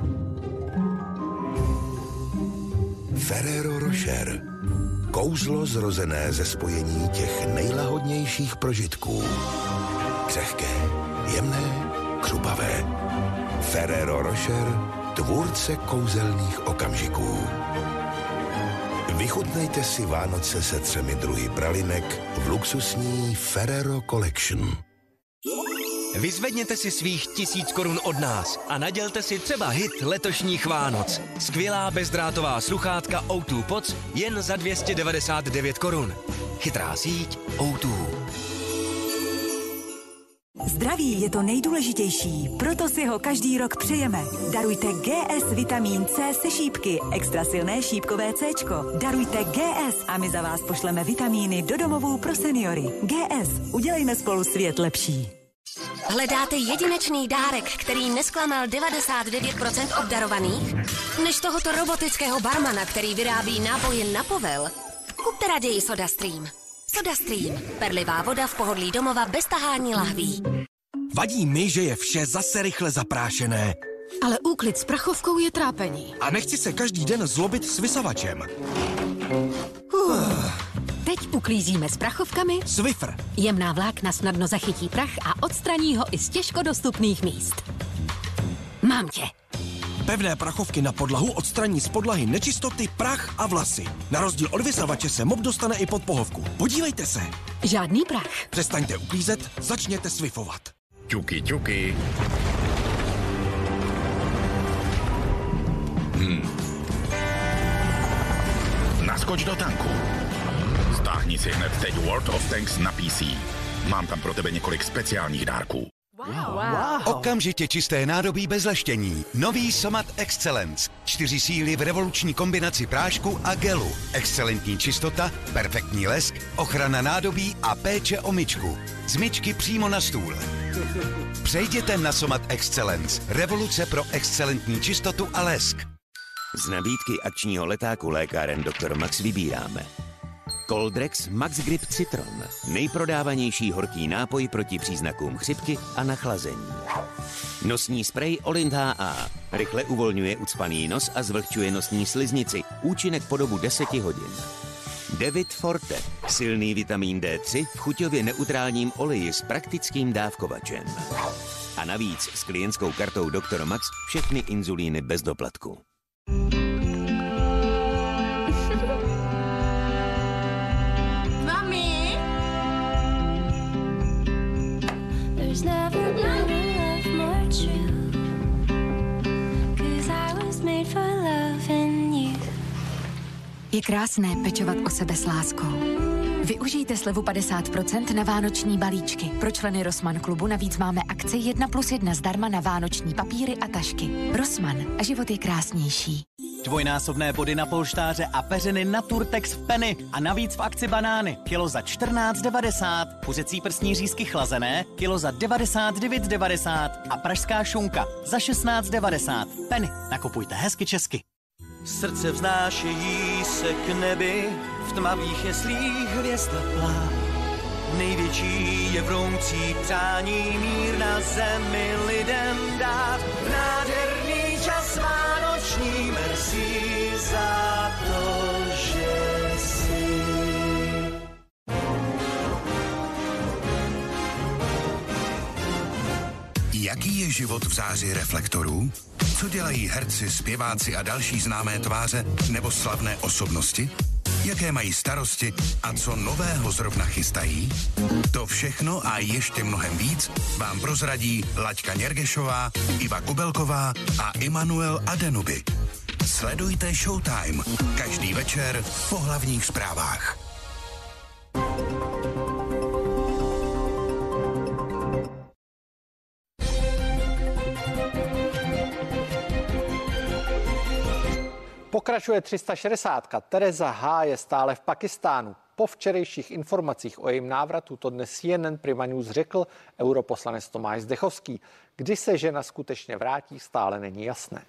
Ferrero Rocher. Kouzlo zrozené ze spojení těch nejlahodnějších prožitků. Křehké, jemné, křupavé. Ferrero Rocher, tvůrce kouzelných okamžiků. Vychutnejte si Vánoce se 3 druhy pralinek v luxusní Ferrero Collection. Vyzvedněte si svých 1000 korun od nás a nadělte si třeba hit letošních Vánoc. Skvělá bezdrátová sluchátka O2 Pods jen za 299 korun. Chytrá síť O2. Zdraví je to nejdůležitější, proto si ho každý rok přejeme. Darujte GS vitamin C se šípky, extra silné šípkové Cčko. Darujte GS a my za vás pošleme vitamíny do domovů pro seniory. GS, udělejme spolu svět lepší. Hledáte jedinečný dárek, který nesklamal 99% obdarovaných? Než tohoto robotického barmana, který vyrábí nápoje na povel, kupte raději SodaStream. SodaStream. Perlivá voda v pohodlí domova bez tahání lahví. Vadí mi, že je vše zase rychle zaprášené. Ale úklid s prachovkou je trápení. A nechci se každý den zlobit s vysavačem. Teď uklízíme s prachovkami. Swiffer. Jemná vlákna snadno zachytí prach a odstraní ho i z těžko dostupných míst. Mám tě. Pevné prachovky na podlahu odstraní z podlahy nečistoty, prach a vlasy. Na rozdíl od vysavače se mop dostane i pod pohovku. Podívejte se. Žádný prach. Přestaňte uklízet, začněte swifovat. Ťuky, ťuky. Naskoč do tanku. Stáhni si hned teď World of Tanks na PC. Mám tam pro tebe několik speciálních dárků. Wow. Okamžitě čisté nádobí bez leštění. Nový Somat Excellence. 4 síly v revoluční kombinaci prášku a gelu. Excelentní čistota, perfektní lesk, ochrana nádobí a péče o myčku. Z myčky přímo na stůl. Přejděte na Somat Excellence. Revoluce pro excelentní čistotu a lesk. Z nabídky akčního letáku lékáren Dr. Max vybíráme Coldrex Max Grip Citron, nejprodávanější horký nápoj proti příznakům chřipky a nachlazení. Nosní sprej Olint HA rychle uvolňuje ucpaný nos a zvlhčuje nosní sliznici. Účinek po dobu 10 hodin. David Forte, silný vitamin D3 v chuťově neutrálním oleji s praktickým dávkovačem. A navíc s klientskou kartou Dr. Max všechny inzulíny bez doplatku. There's never been a love more true, 'cause I was made for loving you. Je krásné pečovat o sebe s láskou. Využijte slevu 50% na vánoční balíčky. Pro členy Rossmann klubu navíc máme akci 1+1 zdarma na vánoční papíry a tašky. Rossmann. A život je krásnější. Dvojnásobné body na polštáře a peřiny na Turtex v Penny. A navíc v akci banány. Kilo za 14,90. Kuřecí prsní řízky chlazené. Kilo za 99,90. A pražská šunka za 16,90. Penny. Nakupujte hezky česky. Srdce vznášejí se k nebi, v tmavých jeslích hvězda plá. Největší je vroucí přání mír na zemi lidem dát. Nádherný čas vánoční, merci za to, že jsi. Jaký je život v záři reflektorů? Co dělají herci, zpěváci a další známé tváře nebo slavné osobnosti? Jaké mají starosti a co nového zrovna chystají? To všechno a ještě mnohem víc vám prozradí Laďka Něrgešová, Iva Kubelková a Immanuel Adenubi. Sledujte Showtime každý večer po hlavních zprávách. Pokračuje 360. Tereza H. je stále v Pakistánu. Po včerejších informacích o jejím návratu to dnes CNN Prima News řekl europoslanec Tomáš Zdechovský. Kdy se žena skutečně vrátí, stále není jasné.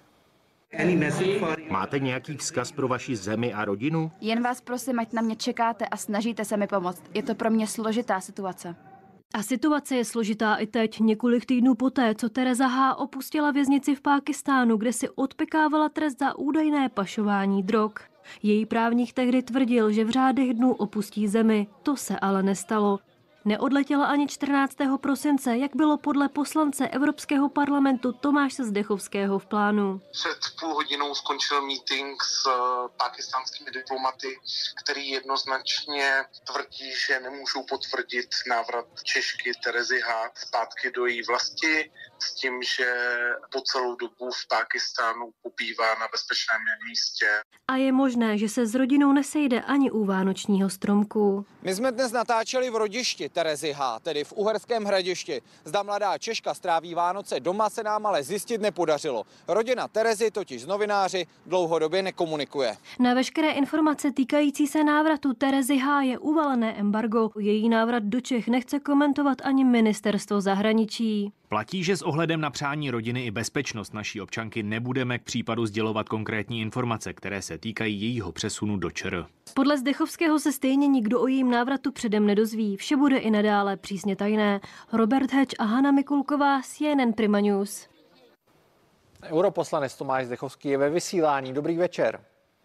Máte nějaký vzkaz pro vaši zemi a rodinu? Jen vás prosím, ať na mě čekáte a snažíte se mi pomoct. Je to pro mě složitá situace. A situace je složitá i teď, několik týdnů poté, co Tereza H. opustila věznici v Pákistánu, kde si odpekávala trest za údajné pašování drog. Její právník tehdy tvrdil, že v řádech dnů opustí zemi. To se ale nestalo. Neodletěla ani 14. prosince, jak bylo podle poslance Evropského parlamentu Tomáše Zdechovského v plánu. Před půl hodinou skončil meeting s pákistánskými diplomaty, který jednoznačně tvrdí, že nemůžou potvrdit návrat Češky Terezy H. zpátky do její vlasti, s tím, že po celou dobu v Pákistánu pobývá na bezpečném místě. A je možné, že se s rodinou nesejde ani u vánočního stromku. My jsme dnes natáčeli v rodišti Terezy H., tedy v Uherském Hradišti. Zda mladá Češka stráví Vánoce doma, se nám ale zjistit nepodařilo. Rodina Terezy totiž s novináři dlouhodobě nekomunikuje. Na veškeré informace týkající se návratu Terezy H. je uvalené embargo. Její návrat do Čech nechce komentovat ani ministerstvo zahraničí. Platí, že s ohledem na přání rodiny i bezpečnost naší občanky nebudeme k případu sdělovat konkrétní informace, které se týkají jejího přesunu do ČR. Podle Zdechovského se stejně nikdo o jejím návratu předem nedozví. Vše bude i nadále přísně tajné. Robert Hedge a Hana Mikulková, CNN Prima News. Europoslanec Tomáš Zdechovský je ve vysílání. Dobrý večer.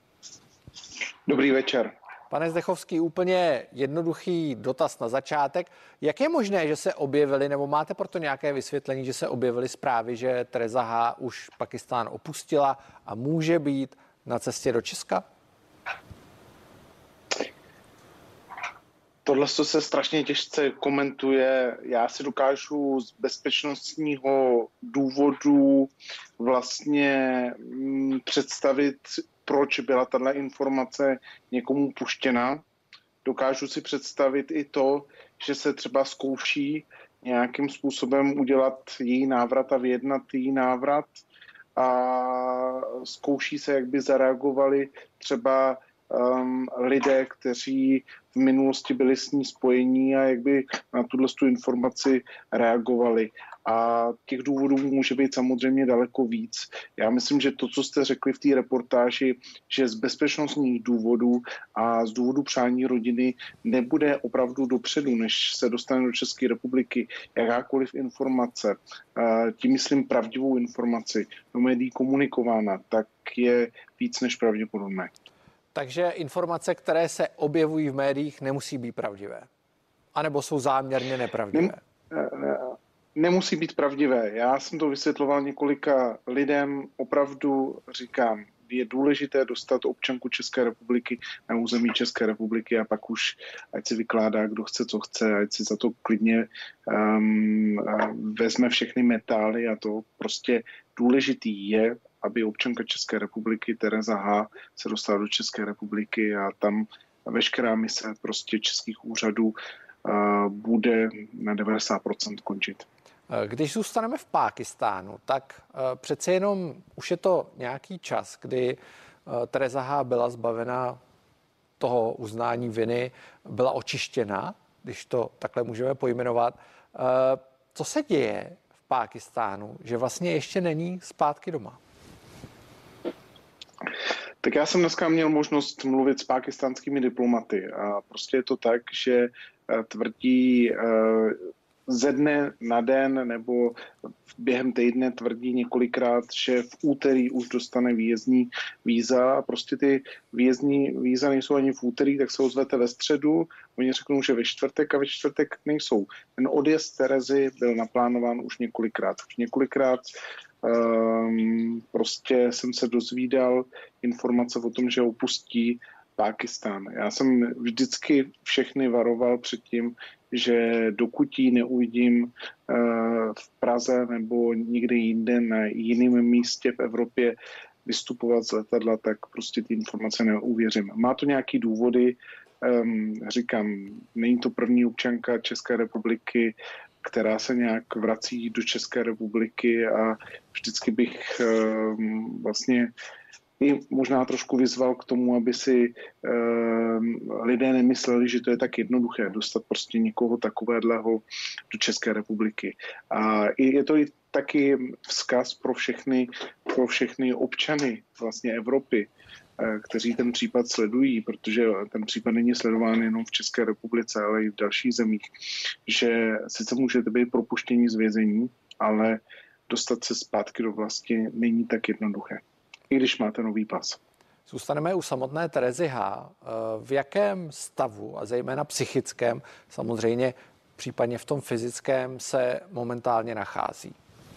Dobrý večer. Pane Zdechovský, úplně jednoduchý dotaz na začátek. Jak je možné, že se objevily, nebo máte proto nějaké vysvětlení, že se objevily zprávy, že Tereza H. už Pakistán opustila a může být na cestě do Česka? Tohle se strašně těžce komentuje. Já si dokážu z bezpečnostního důvodu vlastně představit, proč byla tato informace někomu puštěna. Dokážu si představit i to, že se třeba zkouší nějakým způsobem udělat její návrat a vyjednat její návrat a zkouší se, jak by zareagovali třeba lidé, kteří v minulosti byli s ní spojení a jak by na tuto informaci reagovali. A těch důvodů může být samozřejmě daleko víc. Já myslím, že to, co jste řekli v té reportáži, že z bezpečnostních důvodů a z důvodu přání rodiny nebude opravdu dopředu, než se dostane do České republiky, jakákoliv informace, tím myslím pravdivou informaci, do médií komunikována, tak je víc než pravděpodobné. Takže informace, které se objevují v médiích, nemusí být pravdivé. A nebo jsou záměrně nepravdivé. Nemusí být pravdivé. Já jsem to vysvětloval několika lidem. Opravdu říkám, je důležité dostat občanku České republiky na území České republiky a pak už ať si vykládá, kdo chce, co chce, ať si za to klidně vezme všechny metály a to prostě důležitý je, aby občanka České republiky Tereza H. se dostala do České republiky a tam veškerá mise prostě českých úřadů bude na 90% končit. Když zůstaneme v Pákistánu, tak přece jenom už je to nějaký čas, kdy Tereza H. byla zbavena toho uznání viny, byla očištěna, když to takhle můžeme pojmenovat. Co se děje v Pákistánu, že vlastně ještě není zpátky doma? Tak já jsem dneska měl možnost mluvit s pákistánskými diplomaty a prostě je to tak, že tvrdí ze dne na den nebo během týdne tvrdí několikrát, že v úterý už dostane výjezdní víza a prostě ty výjezdní víza nejsou ani v úterý, tak se ozvete ve středu, oni řeknou, že ve čtvrtek a ve čtvrtek nejsou. Ten odjezd Terezy byl naplánován už několikrát. prostě jsem se dozvídal informace o tom, že opustí Pákistán. Já jsem vždycky všechny varoval před tím, že dokud ji neuvidím v Praze nebo někde jinde na jiném místě v Evropě vystupovat z letadla, tak prostě ty informace neuvěřím. Má to nějaký důvody, říkám, není to první občanka České republiky, která se nějak vrací do České republiky a vždycky bych vlastně i možná trošku vyzval k tomu, aby si lidé nemysleli, že to je tak jednoduché dostat prostě někoho takového do České republiky. A je to i taky vzkaz pro všechny občany vlastně Evropy, kteří ten případ sledují, protože ten případ není sledován jenom v České republice, ale i v dalších zemích, že sice můžete být propuštěni z vězení, ale dostat se zpátky do vlasti není tak jednoduché, i když máte nový pas. Zůstaneme u samotné Terezy H. V jakém stavu, a zejména psychickém, samozřejmě případně v tom fyzickém, se momentálně nachází?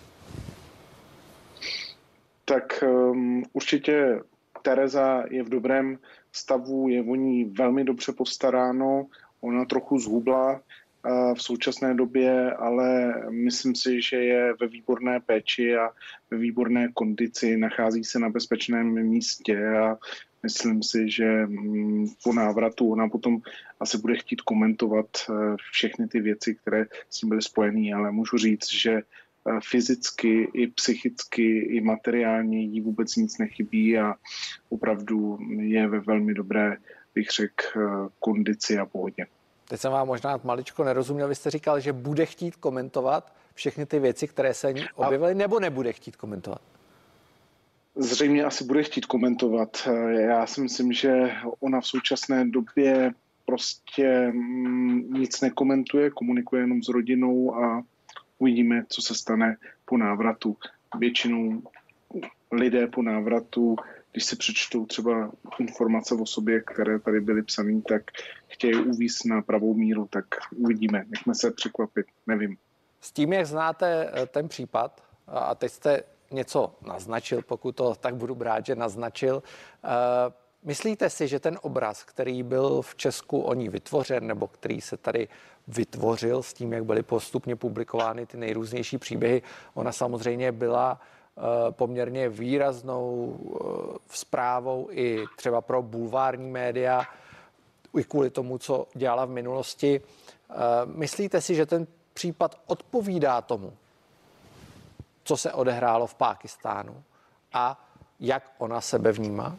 Tak určitě Tereza je v dobrém stavu, je o ní velmi dobře postaráno, ona trochu zhubla v současné době, ale myslím si, že je ve výborné péči a ve výborné kondici, nachází se na bezpečném místě a myslím si, že po návratu ona potom asi bude chtít komentovat všechny ty věci, které s tím byly spojené, ale můžu říct, že fyzicky, i psychicky, i materiálně jí vůbec nic nechybí a opravdu je ve velmi dobré, bych řekl, kondici a pohodě. Teď jsem vám možná maličko nerozuměl, vy jste říkal, že bude chtít komentovat všechny ty věci, které se ní objevily, nebo nebude chtít komentovat? Zřejmě asi bude chtít komentovat. Já si myslím, že ona v současné době prostě nic nekomentuje, komunikuje jenom s rodinou a uvidíme, co se stane po návratu. Většinou lidé po návratu, když si přečtou třeba informace o sobě, které tady byly psané, tak chtějí uvést na pravou míru, tak uvidíme. Nechme se překvapit, nevím. S tím, jak znáte ten případ, a teď jste něco naznačil, pokud to tak budu brát, že naznačil, myslíte si, že ten obraz, který byl v Česku o ní vytvořen, nebo který se tady vytvořil s tím, jak byly postupně publikovány ty nejrůznější příběhy, ona samozřejmě byla poměrně výraznou zprávou i třeba pro bulvární média, i kvůli tomu, co dělala v minulosti. Myslíte si, že ten případ odpovídá tomu, co se odehrálo v Pákistánu a jak ona sebe vnímá?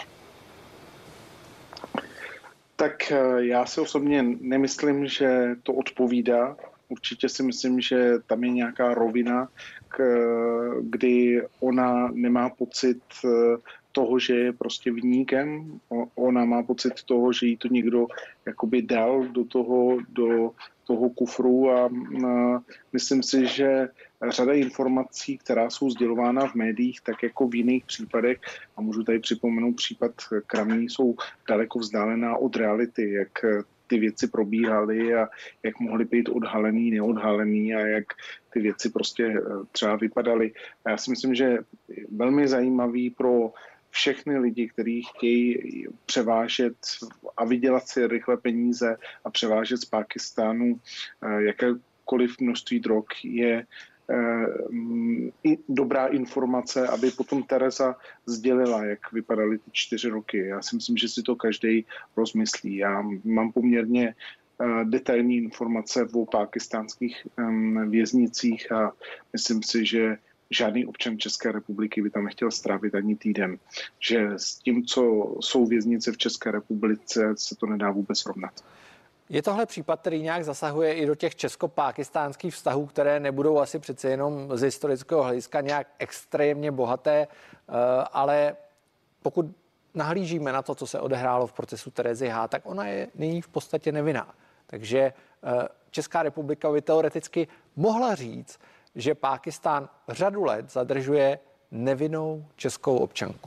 Tak já si osobně nemyslím, že to odpovídá. Určitě si myslím, že tam je nějaká rovina, kdy ona nemá pocit toho, že je prostě viníkem. Ona má pocit toho, že jí to někdo jakoby dal do toho kufru a myslím si, že řada informací, která jsou sdělována v médiích, tak jako v jiných případech, a můžu tady připomenout případ Kramní, jsou daleko vzdálená od reality, jak ty věci probíhaly a jak mohly být odhalený, neodhalený a jak ty věci prostě třeba vypadaly. A já si myslím, že je velmi zajímavý pro všechny lidi, kteří chtějí převážet a vydělat si rychle peníze a převážet z Pákistánu jakékoliv množství drog, je i dobrá informace, aby potom Tereza sdělila, jak vypadaly ty 4 roky. Já si myslím, že si to každý rozmyslí. Já mám poměrně detailní informace o pákistánských věznicích a myslím si, že žádný občan České republiky by tam nechtěl strávit ani týden. Že s tím, co jsou věznice v České republice, se to nedá vůbec srovnat. Je tohle případ, který nějak zasahuje i do těch česko-pákistánských vztahů, které nebudou asi přece jenom z historického hlediska nějak extrémně bohaté, ale pokud nahlížíme na to, co se odehrálo v procesu Terezy H., tak ona není v podstatě nevinná. Takže Česká republika by teoreticky mohla říct, že Pákistán řadu let zadržuje nevinnou českou občanku.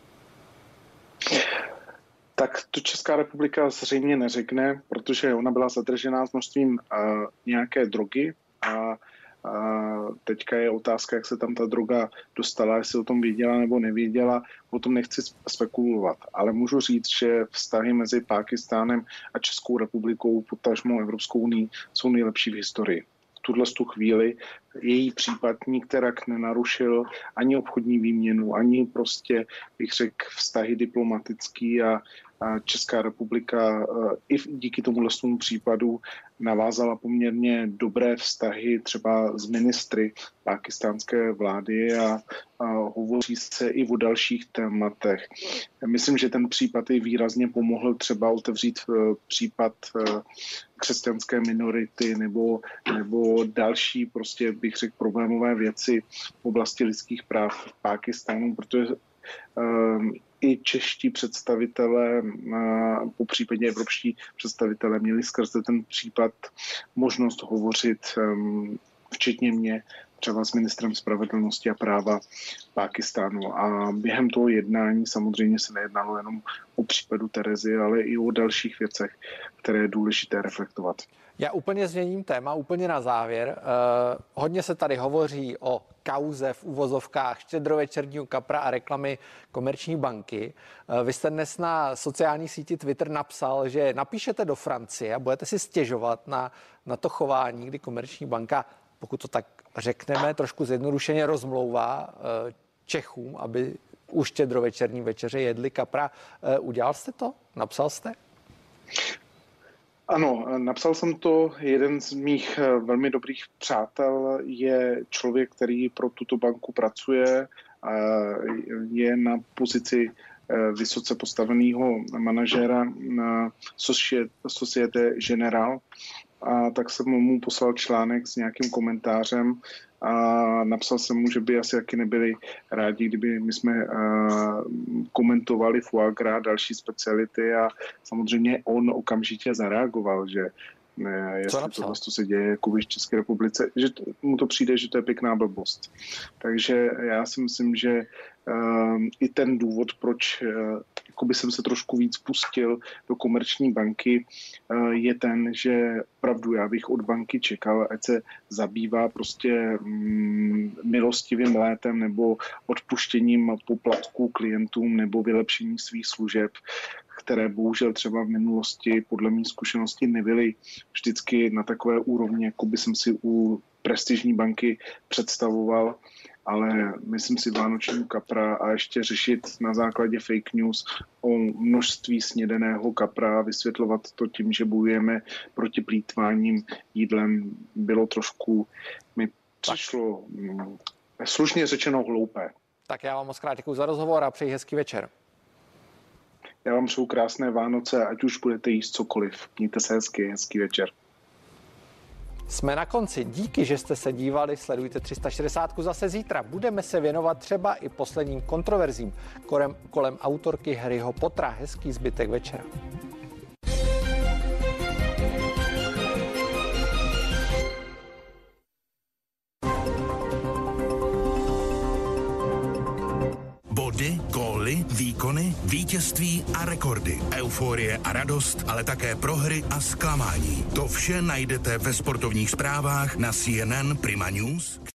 Tak to Česká republika zřejmě neřekne, protože ona byla zadržená s množstvím nějaké drogy a Teďka je otázka, jak se tam ta droga dostala, jestli o tom věděla nebo nevěděla, o tom nechci spekulovat. Ale můžu říct, že vztahy mezi Pákistánem a Českou republikou, potažmo Evropskou unii, jsou nejlepší v historii. V tuto chvíli její případ nikterak nenarušil ani obchodní výměnu, ani prostě, bych řekl, vztahy diplomatický a Česká republika i díky tomuhle případu navázala poměrně dobré vztahy třeba s ministry pákistánské vlády a hovoří se i o dalších tématech. Myslím, že ten případ i výrazně pomohl třeba otevřít případ křesťanské minority nebo další, prostě bych řekl, problémové věci v oblasti lidských práv v Pákistánu, protože i čeští představitelé, po případě evropští představitelé, měli skrze ten případ možnost hovořit, včetně mě, třeba s ministrem spravedlnosti a práva Pákistánu. A během toho jednání samozřejmě se nejednalo jenom o případu Terezy, ale i o dalších věcech, které je důležité reflektovat. Já úplně změním téma, úplně na závěr. Hodně se tady hovoří o kauze v uvozovkách štědrovečerního kapra a reklamy Komerční banky. Vy jste dnes na sociální síti Twitter napsal, že napíšete do Francie a budete si stěžovat na to chování, kdy Komerční banka, pokud to tak řekneme, trošku zjednodušeně rozmlouvá Čechům, aby u štědrovečerní večeře jedli kapra. Udělal jste to? Napsal jste? Ano, napsal jsem to. Jeden z mých velmi dobrých přátel je člověk, který pro tuto banku pracuje, je na pozici vysoce postaveného manažéra na Société Générale. A tak jsem mu poslal článek s nějakým komentářem a napsal jsem mu, že by asi taky nebyli rádi, kdyby my jsme komentovali foie gras, další speciality, a samozřejmě on okamžitě zareagoval, že jestli tohle se děje jako v České republice, že mu to přijde, že to je pěkná blbost. Takže já si myslím, že i ten důvod, proč jakoby jsem se trošku víc pustil do Komerční banky, je ten, že opravdu já bych od banky čekal, ať se zabývá prostě milostivým létem nebo odpuštěním poplatků klientům nebo vylepšení svých služeb, které bohužel třeba v minulosti podle mých zkušeností nebyly vždycky na takové úrovni, jako by jsem si u prestižní banky představoval. Ale myslím si vánoční kapra a ještě řešit na základě fake news o množství snědeného kapra a vysvětlovat to tím, že bojujeme proti plýtváním jídlem, bylo trošku, mi přišlo slušně řečeno hloupé. Tak já vám moc krát děkuji za rozhovor a přeji hezký večer. Já vám přeju krásné Vánoce, ať už budete jíst cokoliv. Mějte se hezký večer. Jsme na konci. Díky, že jste se dívali. Sledujte 360 zase zítra. Budeme se věnovat třeba i posledním kontroverzím kolem autorky Harryho Pottera. Hezký zbytek večera. Body, góly, výkony, vítězství a rekordy, euforie a radost, ale také prohry a zklamání. To vše najdete ve sportovních zprávách na CNN Prima News.